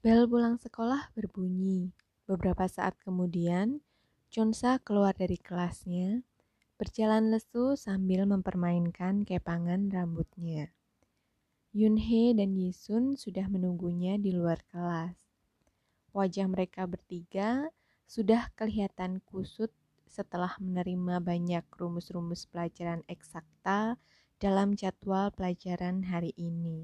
Bel pulang sekolah berbunyi. Beberapa saat kemudian, Chonsa keluar dari kelasnya, berjalan lesu sambil mempermainkan kepangan rambutnya. Yunhee dan Yisun sudah menunggunya di luar kelas. Wajah mereka bertiga sudah kelihatan kusut setelah menerima banyak rumus-rumus pelajaran eksakta dalam jadwal pelajaran hari ini.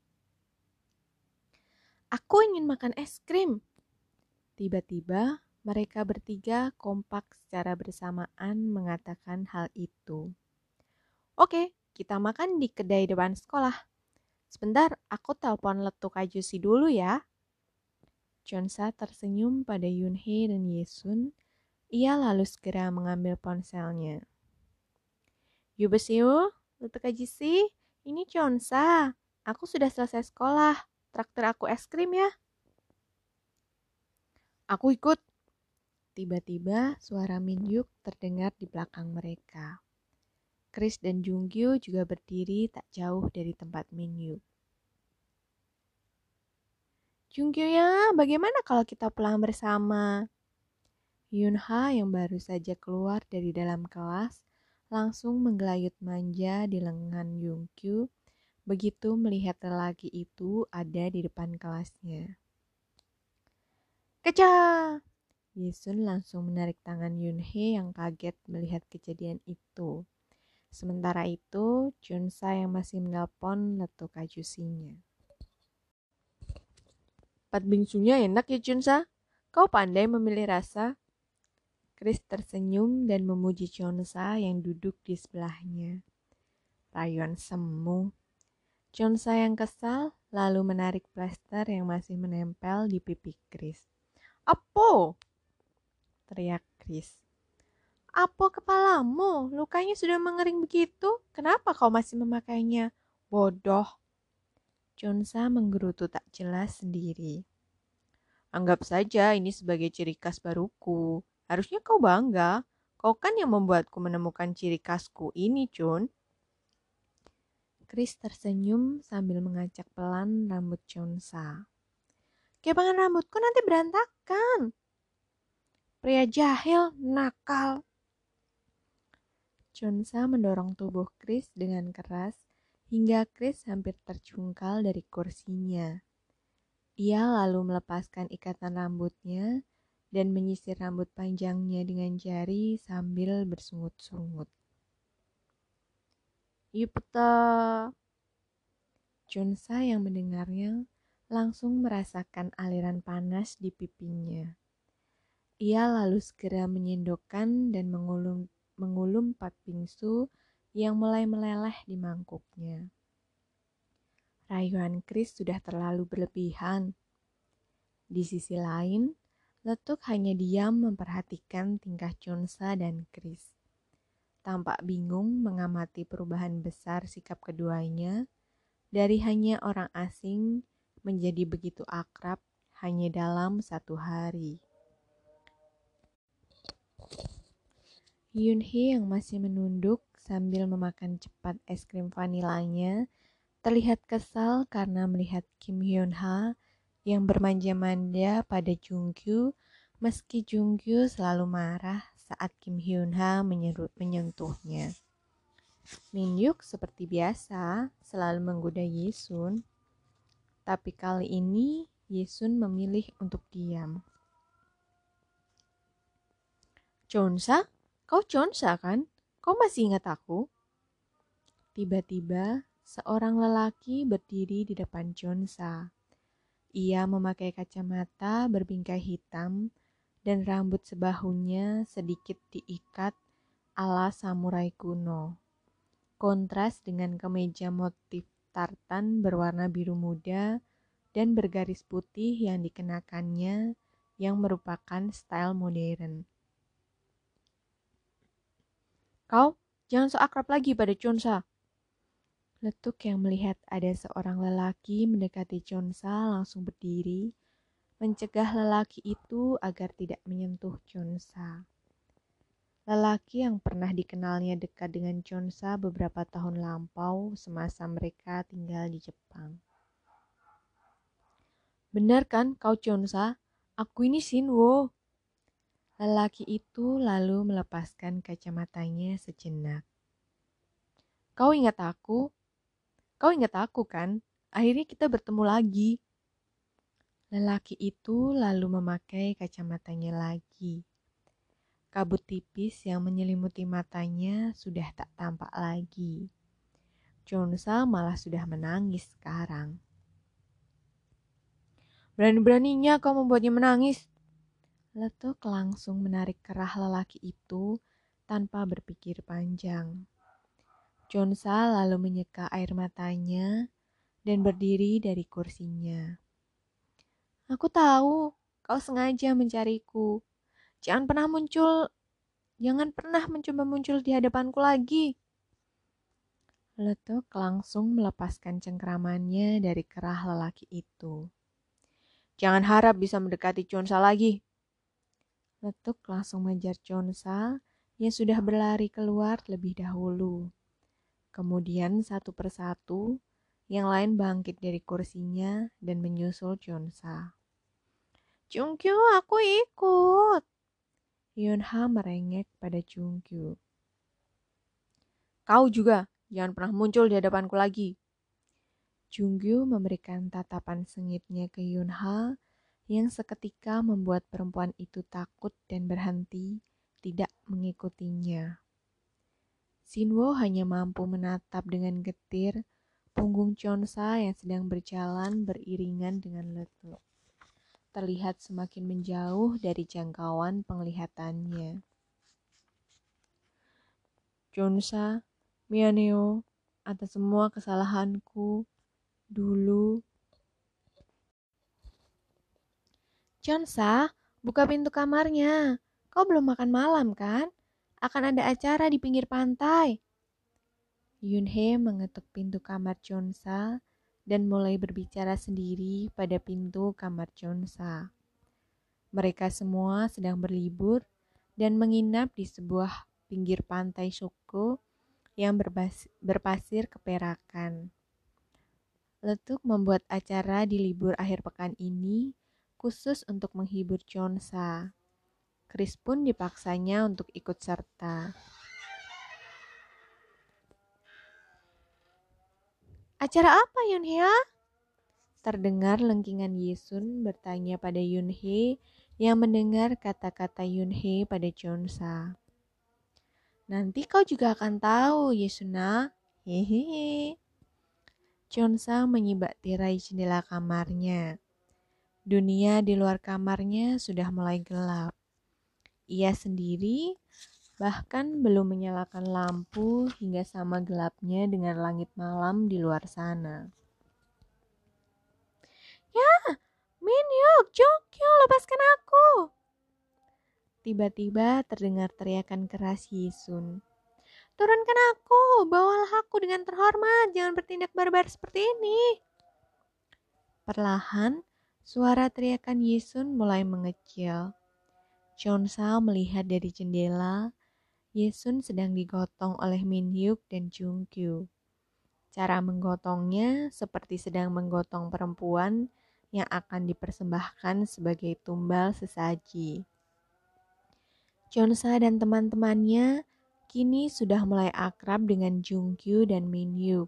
Aku ingin makan es krim. Tiba-tiba mereka bertiga kompak secara bersamaan mengatakan hal itu. Oke, kita makan di kedai depan sekolah. Sebentar, aku telepon Letuk Ajusi dulu ya. Chonsa tersenyum pada Yunhee dan Yesun. Ia lalu segera mengambil ponselnya. Yubesiu, Letuk Ajusi, ini Chonsa. Aku sudah selesai sekolah. Traktir aku es krim ya. Aku ikut. Tiba-tiba suara Min-hyuk terdengar di belakang mereka. Chris dan Jungkyu juga berdiri tak jauh dari tempat Min-hyuk. Jungkyu ya, bagaimana kalau kita pulang bersama? Yunha yang baru saja keluar dari dalam kelas langsung menggelayut manja di lengan Jungkyu begitu melihat lelaki itu ada di depan kelasnya. Keca! Yesun langsung menarik tangan Yunhee yang kaget melihat kejadian itu. Sementara itu, Chonsa yang masih menelpon Letuk Ajusinya. Pat bingsunya enak ya Chonsa? Kau pandai memilih rasa? Chris tersenyum dan memuji Chonsa yang duduk di sebelahnya. Rayuan semu. Chonsa yang kesal lalu menarik plester yang masih menempel di pipi Chris. Apa? Teriak Chris. Apa kepalamu? Lukanya sudah mengering begitu. Kenapa kau masih memakainya? Bodoh. Chonsa menggerutu tak jelas sendiri. Anggap saja ini sebagai ciri khas baruku. Harusnya kau bangga. Kau kan yang membuatku menemukan ciri khasku ini, Chun. Chris tersenyum sambil mengacak pelan rambut Chonsa. Kepangan rambutku nanti berantakan. Pria jahil, nakal. Chonsa mendorong tubuh Chris dengan keras hingga Chris hampir tercungkal dari kursinya. Ia lalu melepaskan ikatan rambutnya dan menyisir rambut panjangnya dengan jari sambil bersungut-sungut. Yupta. Chonsa yang mendengarnya langsung merasakan aliran panas di pipinya. Ia lalu segera menyendokkan dan mengulum pat bingsu yang mulai meleleh di mangkuknya. Rayuan Chris sudah terlalu berlebihan. Di sisi lain, Letuk hanya diam memperhatikan tingkah Chonsa dan Chris. Tampak bingung mengamati perubahan besar sikap keduanya dari hanya orang asing menjadi begitu akrab hanya dalam satu hari. Yunhee yang masih menunduk sambil memakan cepat es krim vanilanya terlihat kesal karena melihat Kim Hyun-ha yang bermanja-manja pada Jungkyu meski Jungkyu selalu marah saat Kim Hyun-ha menyentuhnya. Min-hyuk seperti biasa selalu menggoda Yesun, tapi kali ini Yesun memilih untuk diam. Chonsa? Kau Chonsa kan? Kau masih ingat aku? Tiba-tiba seorang lelaki berdiri di depan Chonsa. Ia memakai kacamata berbingkai hitam dan rambut sebahunya sedikit diikat ala samurai kuno. Kontras dengan kemeja motif tartan berwarna biru muda dan bergaris putih yang dikenakannya yang merupakan style modern. Kau jangan so akrab lagi pada Chonsa. Letuk yang melihat ada seorang lelaki mendekati Chonsa langsung berdiri, mencegah lelaki itu agar tidak menyentuh Chonsa. Lelaki yang pernah dikenalnya dekat dengan Chonsa beberapa tahun lampau semasa mereka tinggal di Jepang. Benar kan kau Chonsa? Aku ini Shinwo. Lelaki itu lalu melepaskan kacamatanya sejenak. Kau ingat aku? Kau ingat aku kan? Akhirnya kita bertemu lagi. Lelaki itu lalu memakai kacamatanya lagi. Kabut tipis yang menyelimuti matanya sudah tak tampak lagi. Chonsa malah sudah menangis sekarang. Berani-beraninya kau membuatnya menangis. Letuk langsung menarik kerah lelaki itu tanpa berpikir panjang. Chonsa lalu menyeka air matanya dan berdiri dari kursinya. Aku tahu kau sengaja mencariku. Jangan pernah mencoba muncul di hadapanku lagi. Letuk langsung melepaskan cengkeramannya dari kerah lelaki itu. Jangan harap bisa mendekati Chonsa lagi. Letuk langsung mengejar Chonsa yang sudah berlari keluar lebih dahulu. Kemudian satu persatu, yang lain bangkit dari kursinya dan menyusul Chonsa. Jungkyu, aku ikut. Yunha merengek pada Jungkyu. Kau juga, jangan pernah muncul di hadapanku lagi. Jungkyu memberikan tatapan sengitnya ke Yunha yang seketika membuat perempuan itu takut dan berhenti, tidak mengikutinya. Shinwo hanya mampu menatap dengan getir punggung Chonsa yang sedang berjalan beriringan dengan Letuk. Terlihat semakin menjauh dari jangkauan penglihatannya. Chonsa, Mianeo, atas semua kesalahanku dulu. Chonsa, buka pintu kamarnya. Kau belum makan malam kan? Akan ada acara di pinggir pantai. Yunhe mengetuk pintu kamar Chonsa dan mulai berbicara sendiri pada pintu kamar Chonsa. Mereka semua sedang berlibur dan menginap di sebuah pinggir pantai Shoko yang berpasir keperakan. Letuk membuat acara di libur akhir pekan ini khusus untuk menghibur Chonsa. Chris pun dipaksanya untuk ikut serta. Acara apa Yunhe? Terdengar lengkingan Yesun bertanya pada Yunhe yang mendengar kata-kata Yunhe pada Chonsa. Nanti kau juga akan tahu, Yesuna. Hehehe. Chonsa menyibak tirai jendela kamarnya. Dunia di luar kamarnya sudah mulai gelap. Ia sendiri bahkan belum menyalakan lampu hingga sama gelapnya dengan langit malam di luar sana. Ya, Minyuk, Jongkyo, lepaskan aku. Tiba-tiba terdengar teriakan keras Yisun. Turunkan aku, bawalah aku dengan terhormat, jangan bertindak barbar seperti ini. Perlahan, suara teriakan Yisun mulai mengecil. Chonsa melihat dari jendela, Yisun sedang digotong oleh Minhyuk dan Jungkyu. Cara menggotongnya seperti sedang menggotong perempuan yang akan dipersembahkan sebagai tumbal sesaji. Chonsa dan teman-temannya kini sudah mulai akrab dengan Jungkyu dan Minhyuk.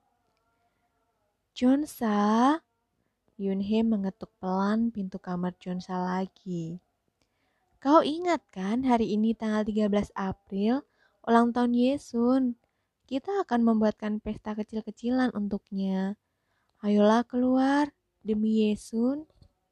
Chonsa, Yunhe mengetuk pelan pintu kamar Chonsa lagi. Kau ingat kan hari ini tanggal 13 April, ulang tahun Yesun. Kita akan membuatkan pesta kecil-kecilan untuknya. Ayolah keluar, demi Yesun.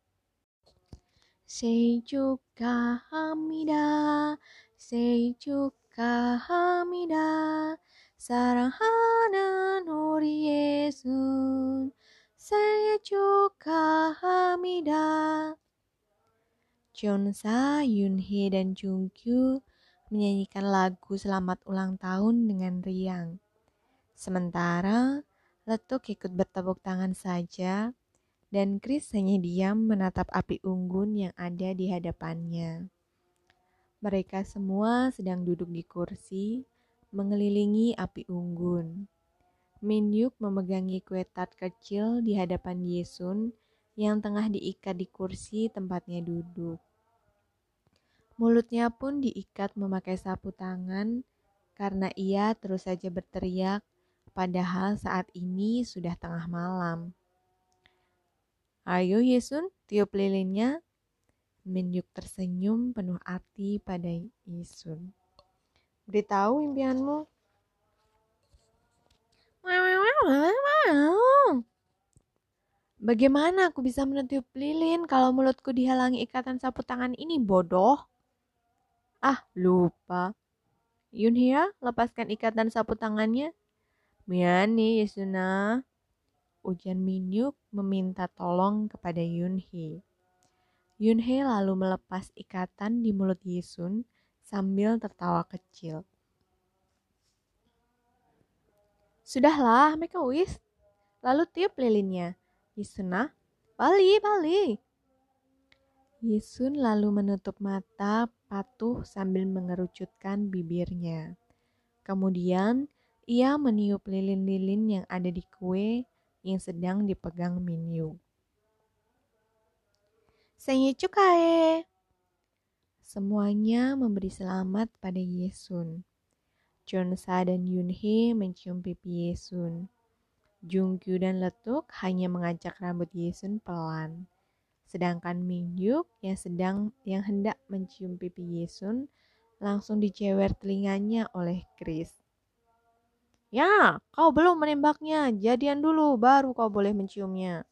Seijuka hamida, Seijuka hamida, Sarahana nuri Yesun, Seijuka hamida. Chonsa, Yunhe, dan Jungkyu menyanyikan lagu selamat ulang tahun dengan riang. Sementara Letuk ikut bertepuk tangan saja dan Chris hanya diam menatap api unggun yang ada di hadapannya. Mereka semua sedang duduk di kursi mengelilingi api unggun. Minhyuk memegangi kue tart kecil di hadapan Yesun yang tengah diikat di kursi tempatnya duduk. Mulutnya pun diikat memakai sapu tangan karena ia terus saja berteriak, padahal saat ini sudah tengah malam. Ayo Yesun, tiup lilinnya. Min Hyuk tersenyum penuh arti pada Yesun. Beritahu impianmu. Bagaimana aku bisa meniup lilin kalau mulutku dihalangi ikatan sapu tangan ini, bodoh? Ah, lupa. Yunhea, lepaskan ikatan sapu tangannya. Miani, Yesuna. Ujian Minyuk meminta tolong kepada Yunhee. Yunhee lalu melepas ikatan di mulut Yesun sambil tertawa kecil. Sudahlah, make a wish. Lalu tiup lilinnya. Yesuna, balik. Yesun lalu menutup mata patuh sambil mengerucutkan bibirnya. Kemudian, ia meniup lilin-lilin yang ada di kue yang sedang dipegang Minyu. Sengi cukai. Semuanya memberi selamat pada Yesun. Chonsa dan Yunhee mencium pipi Yesun. Jungkyu dan Letuk hanya mengacak rambut Yesun pelan. Sedangkan Minhyuk yang hendak mencium pipi Yesun langsung dicewer telinganya oleh Chris. Ya, kau belum menembaknya. Jadian dulu baru kau boleh menciumnya.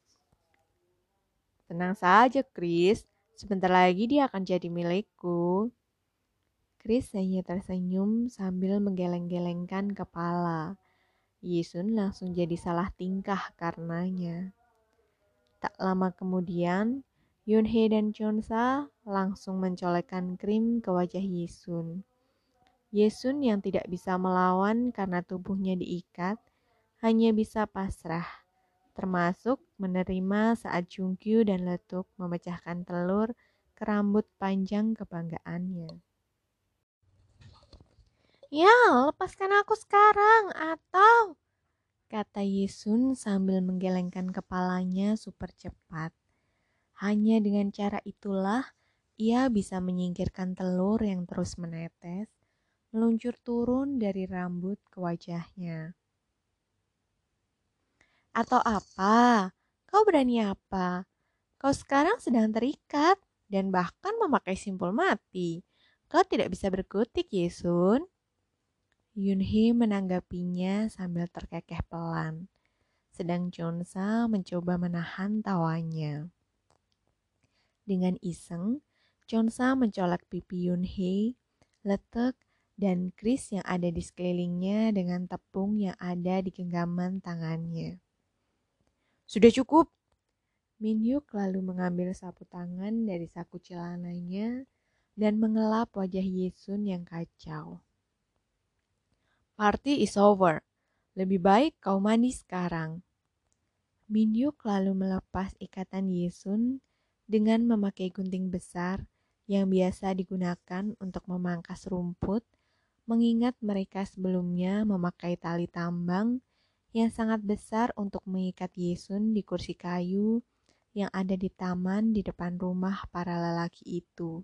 Tenang saja, Chris. Sebentar lagi dia akan jadi milikku. Chris hanya tersenyum sambil menggeleng-gelengkan kepala. Yesun langsung jadi salah tingkah karenanya. Tak lama kemudian, Yunhee dan Chonsa langsung mencolekkan krim ke wajah Yesun. Yesun yang tidak bisa melawan karena tubuhnya diikat, hanya bisa pasrah. Termasuk menerima saat Jungkyu dan Letuk memecahkan telur ke rambut panjang kebanggaannya. Ya, lepaskan aku sekarang, atau... kata Yesun sambil menggelengkan kepalanya super cepat. Hanya dengan cara itulah ia bisa menyingkirkan telur yang terus menetes, meluncur turun dari rambut ke wajahnya. Atau apa? Kau berani apa? Kau sekarang sedang terikat dan bahkan memakai simpul mati. Kau tidak bisa berkutik, Yesun. Yunhee menanggapinya sambil terkekeh pelan. Sedang Chonsa mencoba menahan tawanya. Dengan iseng, Chonsa mencolek pipi Yunhee, Letek, dan Chris yang ada di sekelilingnya dengan tepung yang ada di genggaman tangannya. Sudah cukup. Min Hyuk lalu mengambil sapu tangan dari saku celananya dan mengelap wajah Yesun yang kacau. Party is over. Lebih baik kau mandi sekarang. Min Hyuk lalu melepas ikatan Yesun dengan memakai gunting besar yang biasa digunakan untuk memangkas rumput, mengingat mereka sebelumnya memakai tali tambang yang sangat besar untuk mengikat Yesun di kursi kayu yang ada di taman di depan rumah para lelaki itu.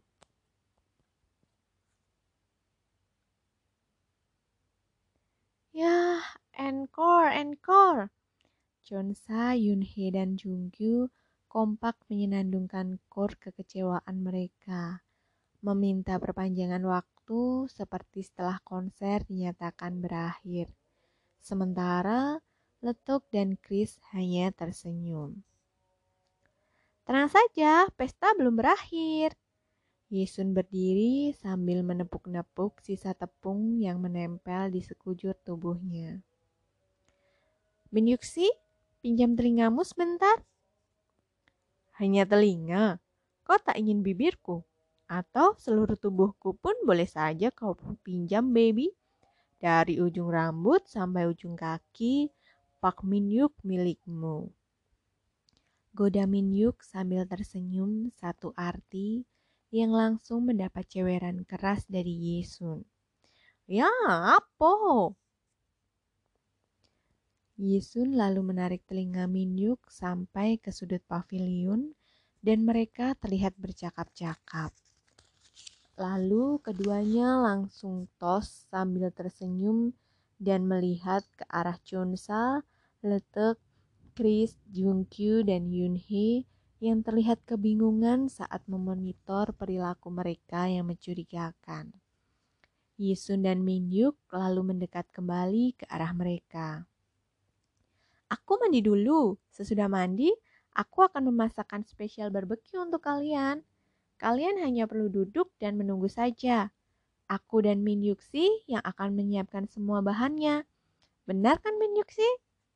Yah, encore. Chonsa, Yunhee, dan Jungkyu kompak menyenandungkan kor kekecewaan mereka, meminta perpanjangan waktu seperti setelah konser dinyatakan berakhir. Sementara Letuk dan Chris hanya tersenyum. Tenang saja, pesta belum berakhir. Yesun berdiri sambil menepuk-nepuk sisa tepung yang menempel di sekujur tubuhnya. Min Yuksi, pinjam telingamu sebentar. Hanya telinga? Kau tak ingin bibirku? Atau seluruh tubuhku pun boleh saja kau pinjam, baby. Dari ujung rambut sampai ujung kaki, Pak Min Hyuk milikmu. Goda Min Hyuk sambil tersenyum satu arti yang langsung mendapat ceweran keras dari Yesun. Ya, apa? Yisun lalu menarik telinga Minhyuk sampai ke sudut paviliun dan mereka terlihat bercakap-cakap. Lalu keduanya langsung tos sambil tersenyum dan melihat ke arah Chonsa, Letek, Chris, Jungkyu, dan Yoonhee yang terlihat kebingungan saat memonitor perilaku mereka yang mencurigakan. Yisun dan Minhyuk lalu mendekat kembali ke arah mereka. Aku mandi dulu. Sesudah mandi, aku akan memasakkan spesial barbeque untuk kalian. Kalian hanya perlu duduk dan menunggu saja. Aku dan Min Yuxi yang akan menyiapkan semua bahannya. Benar kan Min Yuxi?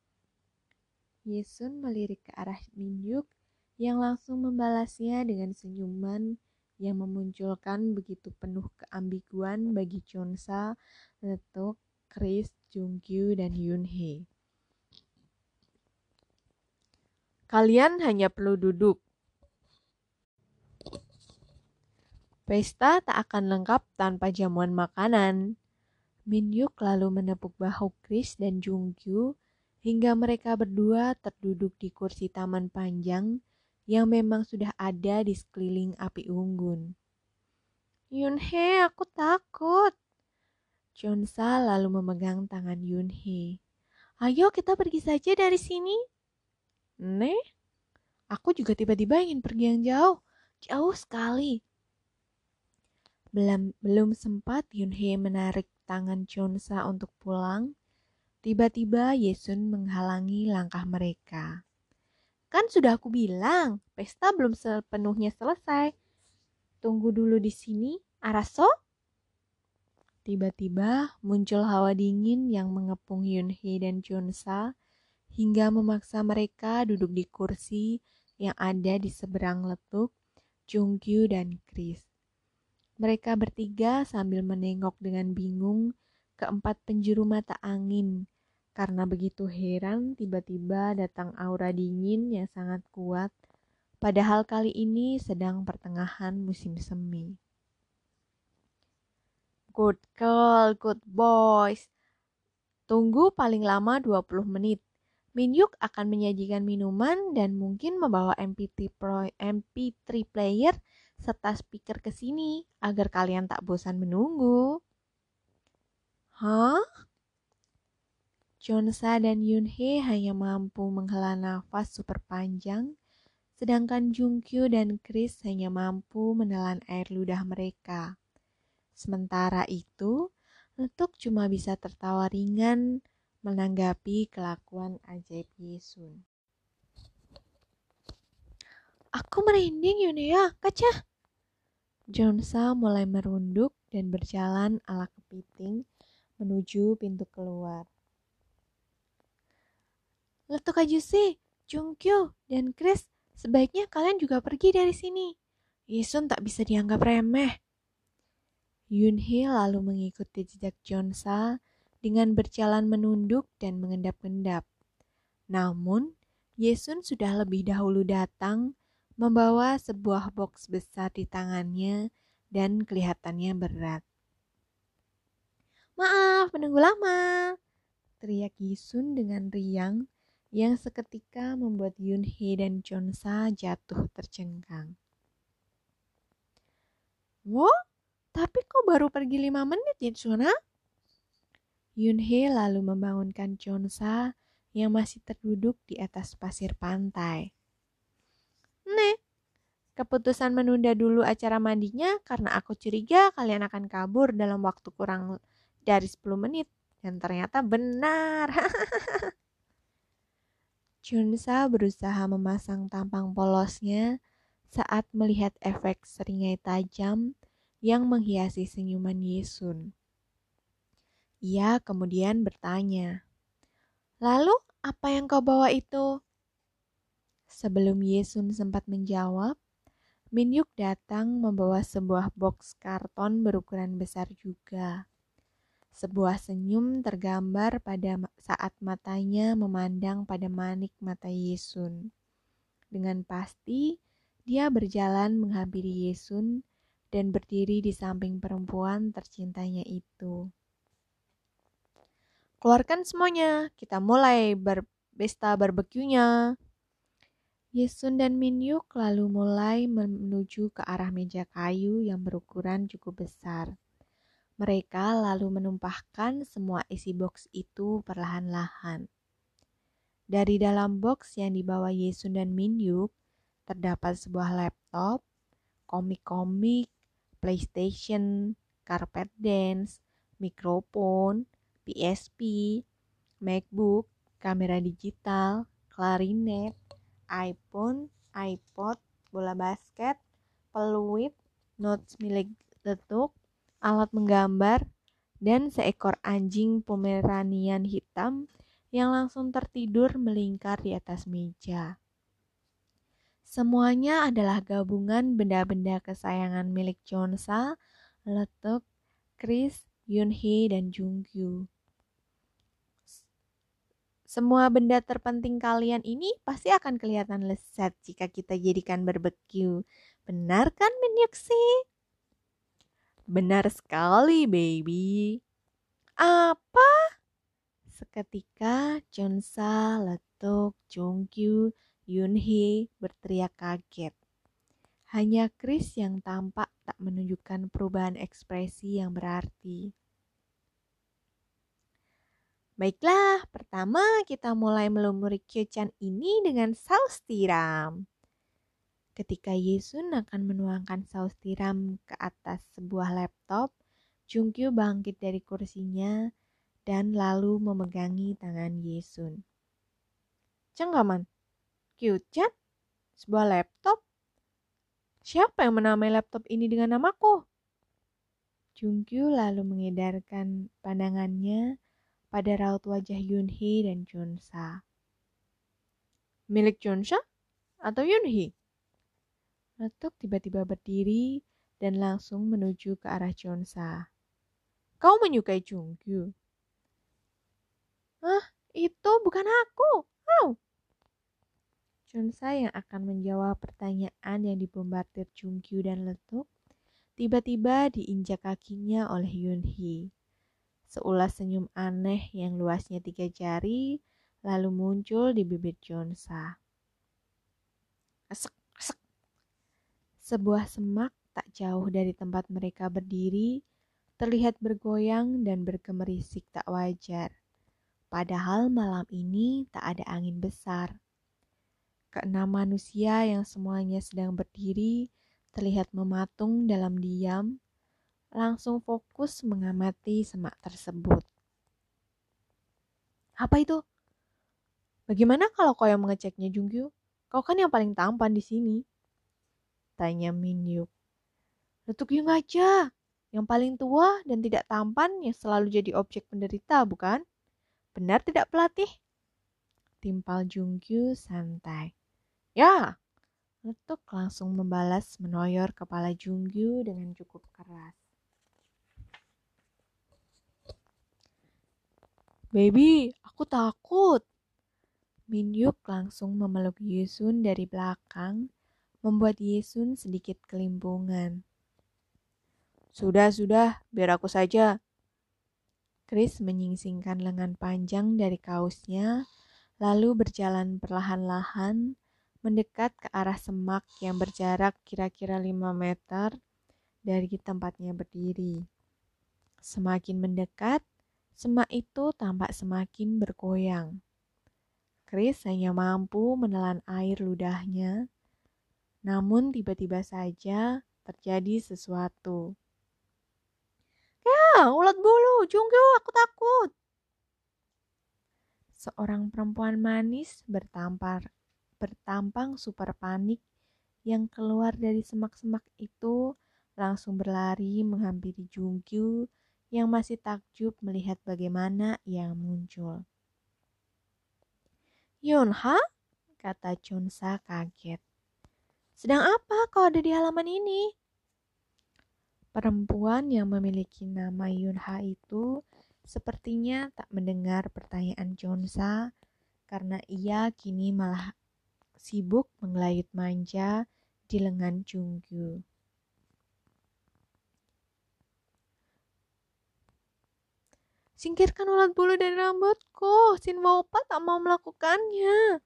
Yisun melirik ke arah Min Yuk yang langsung membalasnya dengan senyuman yang memunculkan begitu penuh keambiguan bagi Chonsa, Letuk, Chris, Jungkyu, dan Yoonhee. Kalian hanya perlu duduk. Pesta tak akan lengkap tanpa jamuan makanan. Minhyuk lalu menepuk bahu Chris dan Jungkyu hingga mereka berdua terduduk di kursi taman panjang yang memang sudah ada di sekeliling api unggun. Yoonhee, aku takut. Chonsa lalu memegang tangan Yoonhee. Ayo kita pergi saja dari sini. Aku juga tiba-tiba ingin pergi yang jauh. Jauh sekali. Belum sempat Yoonhee menarik tangan Chonsa untuk pulang, tiba-tiba Yesun menghalangi langkah mereka. Kan sudah aku bilang, pesta belum sepenuhnya selesai. Tunggu dulu di sini, Araso. Tiba-tiba muncul hawa dingin yang mengepung Yoonhee dan Chonsa hingga memaksa mereka duduk di kursi yang ada di seberang Letuk, Jungkyu, dan Chris. Mereka bertiga sambil menengok dengan bingung ke empat penjuru mata angin karena begitu heran tiba-tiba datang aura dingin yang sangat kuat padahal kali ini sedang pertengahan musim semi. Good girl, good boys. Tunggu paling lama 20 menit. Minhyuk akan menyajikan minuman dan mungkin membawa MP3 player serta speaker ke sini agar kalian tak bosan menunggu. Hah? Chonsa dan Yoonhee hanya mampu menghela nafas super panjang, sedangkan Jungkyu dan Chris hanya mampu menelan air ludah mereka. Sementara itu, Letuk cuma bisa tertawa ringan menanggapi kelakuan ajaib Yesun. Aku merinding Yunea, kaca. Chonsa mulai merunduk dan berjalan ala kepiting menuju pintu keluar. Letuk Ajusi, Jungkyu, dan Chris, sebaiknya kalian juga pergi dari sini. Yesun tak bisa dianggap remeh. Yoonhee lalu mengikuti jejak Chonsa dengan berjalan menunduk dan mengendap-endap. Namun, Yesun sudah lebih dahulu datang membawa sebuah box besar di tangannya dan kelihatannya berat. Maaf, menunggu lama, teriak Yisun dengan riang yang seketika membuat Yoonhee dan Chonsa jatuh tercengkang. Wah, tapi kok baru pergi 5 menit, Jitsuna? Yoonhee lalu membangunkan Chonsa yang masih terduduk di atas pasir pantai. Keputusan menunda dulu acara mandinya karena aku curiga kalian akan kabur dalam waktu kurang dari 10 menit. Dan ternyata benar. Chonsa berusaha memasang tampang polosnya saat melihat efek seringai tajam yang menghiasi senyuman Yesun. Ia kemudian bertanya, "Lalu apa yang kau bawa itu?" Sebelum Yesun sempat menjawab, Minhyuk datang membawa sebuah box karton berukuran besar juga. Sebuah senyum tergambar pada saat matanya memandang pada manik mata Yesun. Dengan pasti, dia berjalan menghampiri Yesun dan berdiri di samping perempuan tercintanya itu. Keluarkan semuanya, kita mulai berpesta barbekyunya. Yesun dan Minyuk lalu mulai menuju ke arah meja kayu yang berukuran cukup besar. Mereka lalu menumpahkan semua isi box itu perlahan-lahan. Dari dalam box yang dibawa Yesun dan Minyuk, terdapat sebuah laptop, komik-komik, PlayStation, karpet dance, mikrofon, PSP, MacBook, kamera digital, klarinet, iPhone, iPod, bola basket, peluit, notes milik letuk, alat menggambar, dan seekor anjing Pomeranian hitam yang langsung tertidur melingkar di atas meja. Semuanya adalah gabungan benda-benda kesayangan milik Chonsa, Letuk, Chris, Yunhee, dan Jungkyu. Semua benda terpenting kalian ini pasti akan kelihatan lezat jika kita jadikan barbeque. Benar kan, Minyuksi? Benar sekali, baby. Apa? Seketika Chonsa, Letuk, Jungkyu, Yunhee berteriak kaget. Hanya Chris yang tampak tak menunjukkan perubahan ekspresi yang berarti. Baiklah, pertama kita mulai melumuri Kyo-chan ini dengan saus tiram. Ketika Yesun akan menuangkan saus tiram ke atas sebuah laptop, Jungkyu bangkit dari kursinya dan lalu memegangi tangan Yesun. Cenggaman, Kyo-chan, sebuah laptop? Siapa yang menamai laptop ini dengan namaku? Jungkyu lalu mengedarkan pandangannya pada raut wajah Yunhee dan Chonsa. Milik Chonsa atau Yunhee? Letuk tiba-tiba berdiri dan langsung menuju ke arah Chonsa. Kau menyukai Jungkyu? Hah, itu bukan aku. Au! Chonsa yang akan menjawab pertanyaan yang dibombardir Jungkyu dan Letuk tiba-tiba diinjak kakinya oleh Yunhee. Seulas senyum aneh yang luasnya 3 jari lalu muncul di bibir Chonsa. Esek, esek. Sebuah semak tak jauh dari tempat mereka berdiri terlihat bergoyang dan bergemerisik tak wajar. Padahal malam ini tak ada angin besar. Keenam manusia yang semuanya sedang berdiri terlihat mematung dalam diam, langsung fokus mengamati semak tersebut. Apa itu? Bagaimana kalau kau yang mengeceknya, Jungkyu? Kau kan yang paling tampan di sini. Tanya Minyuk. Letuk Yung aja, yang paling tua dan tidak tampan yang selalu jadi objek penderita, bukan? Benar tidak, pelatih? Timpal Jungkyu santai. Ya, Letuk langsung membalas menoyor kepala Jungkyu dengan cukup keras. Baby, aku takut. Minyuk langsung memeluk Yesun dari belakang, membuat Yesun sedikit kelimpungan. Sudah, biar aku saja. Chris menyingsingkan lengan panjang dari kaosnya, lalu berjalan perlahan-lahan mendekat ke arah semak yang berjarak kira-kira 5 meter dari tempatnya berdiri. Semakin mendekat, semak itu tampak semakin bergoyang. Chris hanya mampu menelan air ludahnya, namun tiba-tiba saja terjadi sesuatu. Ya, ulat bulu, Jungkyu, aku takut. Seorang perempuan manis bertampang super panik yang keluar dari semak-semak itu langsung berlari menghampiri Jungkyu yang masih takjub melihat bagaimana ia muncul. Yonha? Kata Chonsa kaget. Sedang apa kau ada di halaman ini? Perempuan yang memiliki nama Yunha itu sepertinya tak mendengar pertanyaan Chonsa karena ia kini malah sibuk menggelayut manja di lengan Jungkyu. Singkirkan ulat bulu dari rambutku. Sinwo Opa tak mau melakukannya.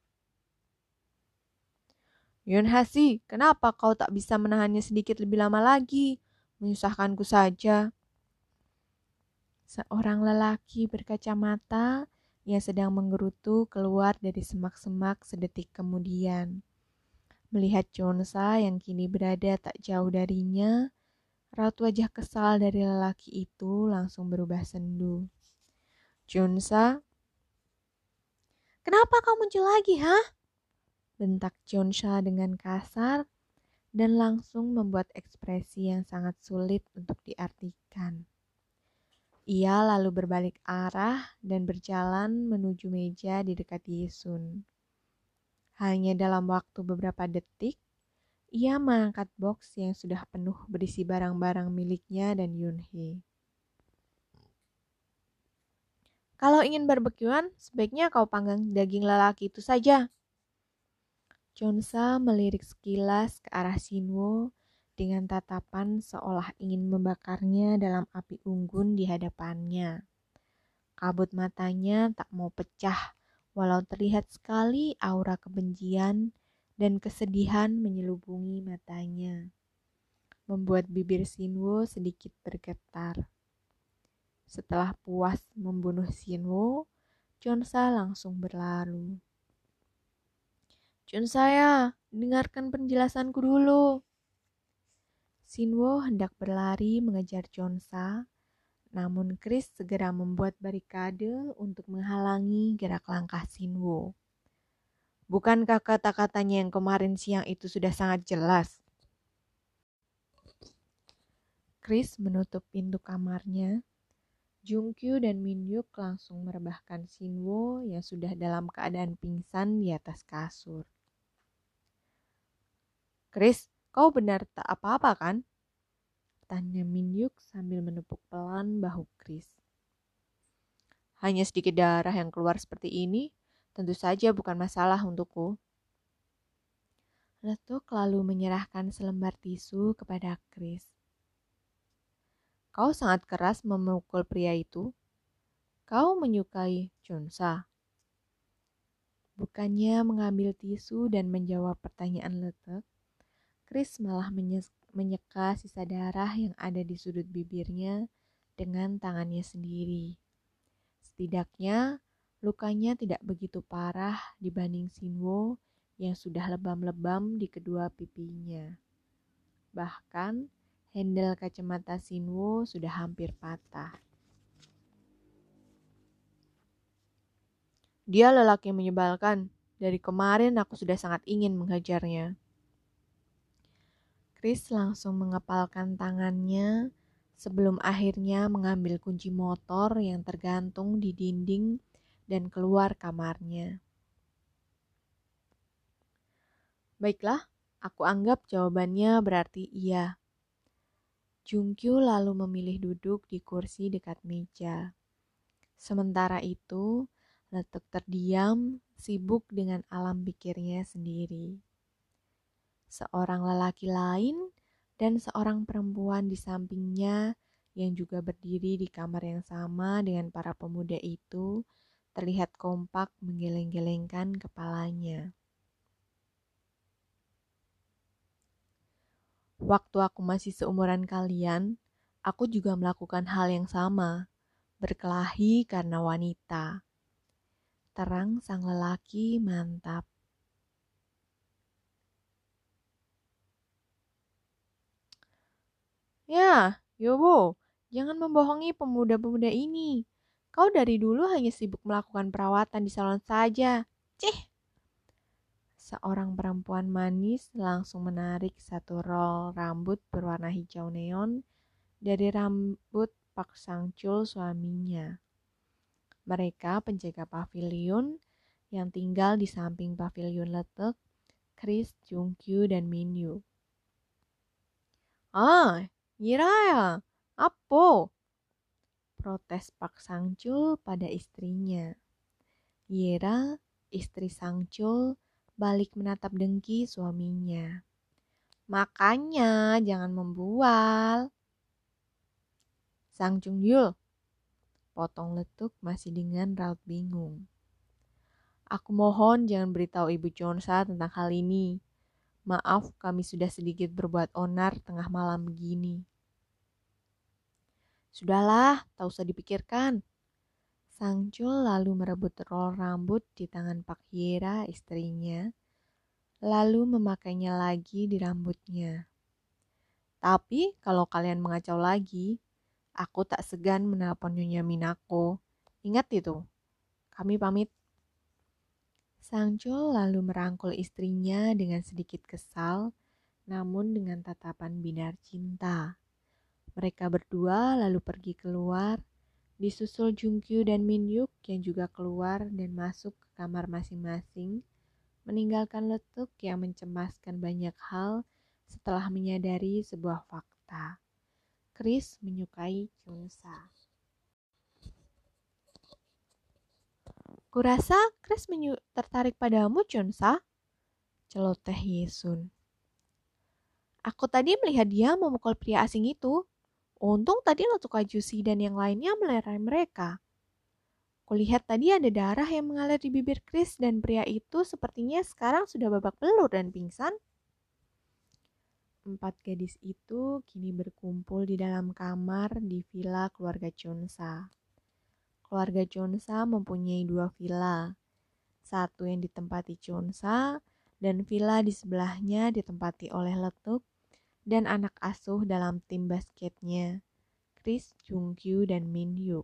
Yunhasi, kenapa kau tak bisa menahannya sedikit lebih lama lagi? Menyusahkanku saja. Seorang lelaki berkacamata yang sedang menggerutu keluar dari semak-semak sedetik kemudian. Melihat Chonsa yang kini berada tak jauh darinya, raut wajah kesal dari lelaki itu langsung berubah sendu. Chonsa, kenapa kau muncul lagi, hah? Bentak Chonsa dengan kasar dan langsung membuat ekspresi yang sangat sulit untuk diartikan. Ia lalu berbalik arah dan berjalan menuju meja di dekat Yisun. Hanya dalam waktu beberapa detik, ia mengangkat box yang sudah penuh berisi barang-barang miliknya dan Yunhee. Kalau ingin barbekyuan, sebaiknya kau panggang daging lelaki itu saja. Chonsa melirik sekilas ke arah Sinwo dengan tatapan seolah ingin membakarnya dalam api unggun di hadapannya. Kabut matanya tak mau pecah, walau terlihat sekali aura kebencian dan kesedihan menyelubungi matanya, membuat bibir Sinwo sedikit bergetar. Setelah puas membunuh Sinwo, Chonsa langsung berlalu. Chonsaya, dengarkan penjelasanku dulu. Sinwo hendak berlari mengejar Chonsa, namun Chris segera membuat barikade untuk menghalangi gerak langkah Sinwo. Bukankah kata-katanya yang kemarin siang itu sudah sangat jelas? Chris menutup pintu kamarnya. Jungkyu dan Minyuk langsung merebahkan Sinwo yang sudah dalam keadaan pingsan di atas kasur. Chris, kau benar tak apa-apa kan? Tanya Minyuk sambil menepuk pelan bahu Chris. Hanya sedikit darah yang keluar seperti ini, tentu saja bukan masalah untukku. Letuk lalu menyerahkan selembar tisu kepada Chris. Kau sangat keras memukul pria itu. Kau menyukai Chonsa. Bukannya mengambil tisu dan menjawab pertanyaan Letuk, Chris malah menyeka sisa darah yang ada di sudut bibirnya dengan tangannya sendiri. Setidaknya lukanya tidak begitu parah dibanding Sinwo yang sudah lebam-lebam di kedua pipinya. Bahkan handle kacamata Sinwo sudah hampir patah. Dia lelaki yang menyebalkan. Dari kemarin aku sudah sangat ingin menghajarnya. Chris langsung mengepalkan tangannya sebelum akhirnya mengambil kunci motor yang tergantung di dinding dan keluar kamarnya. Baiklah, aku anggap jawabannya berarti iya. Jungkyu lalu memilih duduk di kursi dekat meja. Sementara itu, Letuk terdiam, sibuk dengan alam pikirnya sendiri. Seorang lelaki lain dan seorang perempuan di sampingnya yang juga berdiri di kamar yang sama dengan para pemuda itu terlihat kompak menggeleng-gelengkan kepalanya. Waktu aku masih seumuran kalian, aku juga melakukan hal yang sama, berkelahi karena wanita. Terang sang lelaki mantap. Ya, Yobo, jangan membohongi pemuda-pemuda ini. Kau dari dulu hanya sibuk melakukan perawatan di salon saja. Cih! Seorang perempuan manis langsung menarik satu rol rambut berwarna hijau neon dari rambut Pak Sangchul suaminya. Mereka penjaga pavilion yang tinggal di samping pavilion Letek, Chris, Jungkyu, dan Minyu. Ah, Yiraya, apa? Protes Pak Sangchul pada istrinya. Yera, istri Sangchul, balik menatap dengki suaminya. Makanya jangan membual. Sang Jungyul, potong letuk masih dengan raut bingung. Aku mohon jangan beritahu Ibu Chonsa tentang hal ini. Maaf, kami sudah sedikit berbuat onar tengah malam begini. Sudahlah, tak usah dipikirkan. Sang Chul lalu merebut rol rambut di tangan Pak Hiera istrinya, lalu memakainya lagi di rambutnya. Tapi kalau kalian mengacau lagi, aku tak segan menelpon Nyonya Minako. Ingat itu, kami pamit. Sang Chul lalu merangkul istrinya dengan sedikit kesal, namun dengan tatapan binar cinta. Mereka berdua lalu pergi keluar, disusul Jungkyu dan Min-yuk yang juga keluar dan masuk ke kamar masing-masing, meninggalkan letuk yang mencemaskan banyak hal setelah menyadari sebuah fakta. Chris menyukai Chunsa. Kurasa Chris tertarik padamu, Chunsa, celoteh Yesun. Aku tadi melihat dia memukul pria asing itu. Untung tadi Letuka Juicy dan yang lainnya melerai mereka. Kulihat tadi ada darah yang mengalir di bibir Chris dan pria itu sepertinya sekarang sudah babak belur dan pingsan. 4 gadis itu kini berkumpul di dalam kamar di villa keluarga Chunsa. Keluarga Chunsa mempunyai 2 villa. Satu yang ditempati Chunsa dan villa di sebelahnya ditempati oleh Letuk dan anak asuh dalam tim basketnya, Chris, Jungkyu, dan Min-yuk.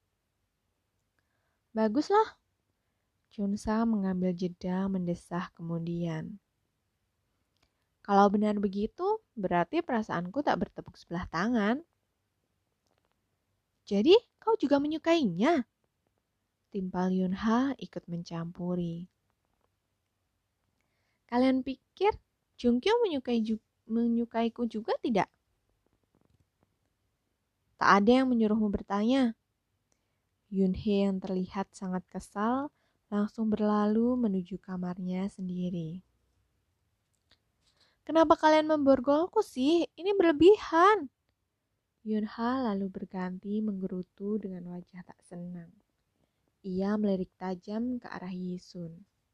Baguslah, Chunsa mengambil jeda mendesah kemudian. Kalau benar begitu, berarti perasaanku tak bertepuk sebelah tangan. Jadi, kau juga menyukainya? Timpal Yunha ikut mencampuri. Kalian pikir Jungkyu menyukaiku juga tidak? Tak ada yang menyuruhmu bertanya. Yunhee yang terlihat sangat kesal langsung berlalu menuju kamarnya sendiri. Kenapa kalian memborgolku sih? Ini berlebihan. Yunha lalu berganti menggerutu dengan wajah tak senang. Ia melirik tajam ke arah Yisun.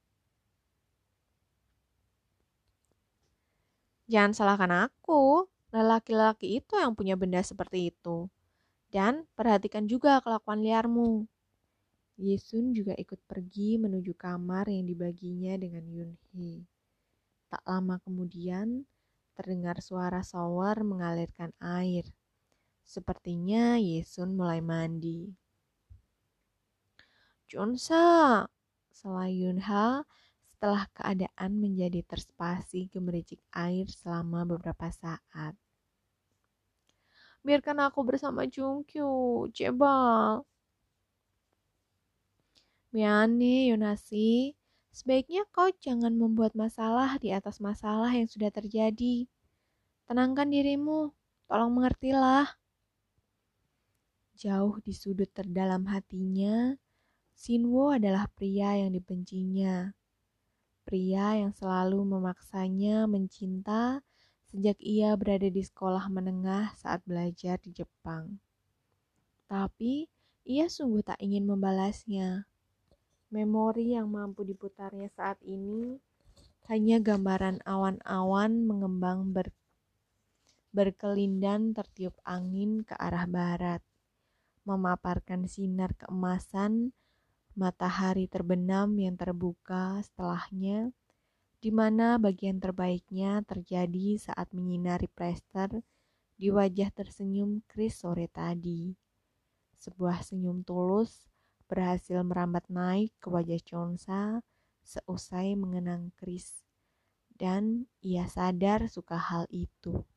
Jangan salahkan aku. Lelaki-lelaki itu yang punya benda seperti itu. Dan perhatikan juga kelakuan liarmu. Yisun juga ikut pergi menuju kamar yang dibaginya dengan Yunhee. Tak lama kemudian, terdengar suara shower mengalirkan air. Sepertinya Yisun mulai mandi. Chunsa, sela Yunha setelah keadaan menjadi terspasi gemericik air selama beberapa saat. Biarkan aku bersama Jungkyu, Jebal. Miane, Yonasi, sebaiknya kau jangan membuat masalah di atas masalah yang sudah terjadi. Tenangkan dirimu, tolong mengertilah. Jauh di sudut terdalam hatinya, Shinwo adalah pria yang dibencinya. Pria yang selalu memaksanya mencinta sejak ia berada di sekolah menengah saat belajar di Jepang. Tapi ia sungguh tak ingin membalasnya. Memori yang mampu diputarnya saat ini hanya gambaran awan-awan mengembang berkelindan tertiup angin ke arah barat, memaparkan sinar keemasan matahari terbenam yang terbuka setelahnya, di mana bagian terbaiknya terjadi saat menyinari plester di wajah tersenyum Chris sore tadi. Sebuah senyum tulus berhasil merambat naik ke wajah Chunsa seusai mengenang Chris, dan ia sadar suka hal itu.